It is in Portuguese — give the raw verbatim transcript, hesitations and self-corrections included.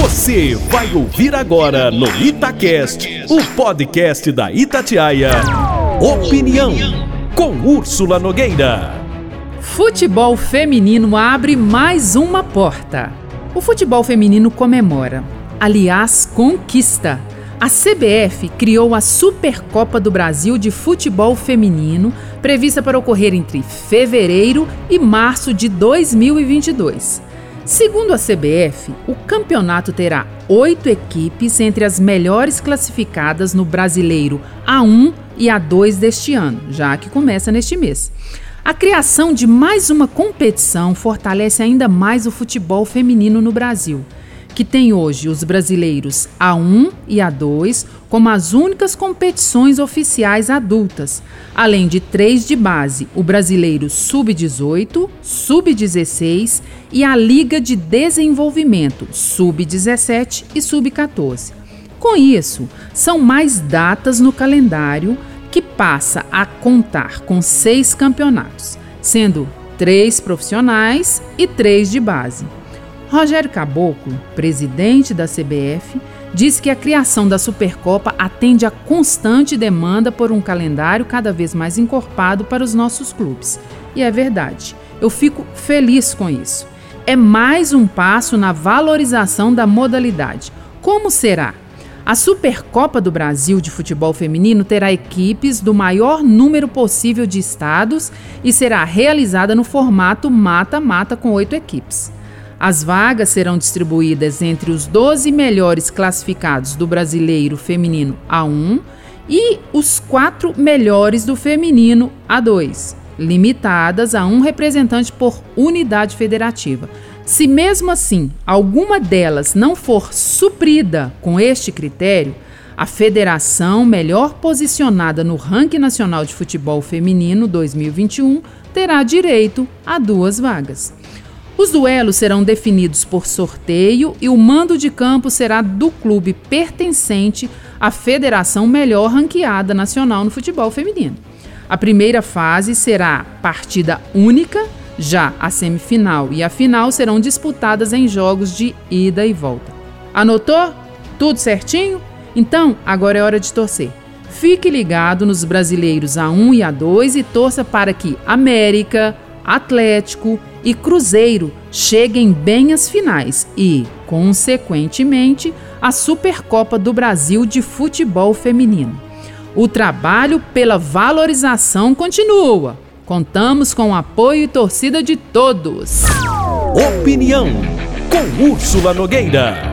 Você vai ouvir agora no Itacast, o podcast da Itatiaia. Opinião com Úrsula Nogueira. Futebol feminino abre mais uma porta. O futebol feminino comemora, aliás, conquista. A C B F criou a Supercopa do Brasil de Futebol Feminino, prevista para ocorrer entre fevereiro e março de dois mil e vinte e dois. Segundo a C B F, o campeonato terá oito equipes entre as melhores classificadas no Brasileiro A um e A dois deste ano, já que começa neste mês. A criação de mais uma competição fortalece ainda mais o futebol feminino no Brasil, que tem hoje os brasileiros A um e A dois como as únicas competições oficiais adultas, além de três de base, o brasileiro sub dezoito, sub dezesseis e a Liga de Desenvolvimento sub dezessete e sub quatorze. Com isso, são mais datas no calendário que passa a contar com seis campeonatos, sendo três profissionais e três de base. Rogério Caboclo, presidente da C B F, diz que a criação da Supercopa atende à constante demanda por um calendário cada vez mais encorpado para os nossos clubes. E é verdade, eu fico feliz com isso. É mais um passo na valorização da modalidade. Como será? A Supercopa do Brasil de Futebol Feminino terá equipes do maior número possível de estados e será realizada no formato mata-mata com oito equipes. As vagas serão distribuídas entre os doze melhores classificados do Brasileiro Feminino A um e os quatro melhores do Feminino A dois, limitadas a um representante por unidade federativa. Se mesmo assim alguma delas não for suprida com este critério, a federação melhor posicionada no ranking nacional de futebol feminino dois mil e vinte e um terá direito a duas vagas. Os duelos serão definidos por sorteio e o mando de campo será do clube pertencente à federação melhor ranqueada nacional no futebol feminino. A primeira fase será partida única, já a semifinal e a final serão disputadas em jogos de ida e volta. Anotou? Tudo certinho? Então, agora é hora de torcer. Fique ligado nos brasileiros A um e A dois e torça para que América, Atlético e Cruzeiro cheguem bem às finais e, consequentemente, a Supercopa do Brasil de Futebol Feminino. O trabalho pela valorização continua. Contamos com o apoio e torcida de todos. Opinião com Úrsula Nogueira.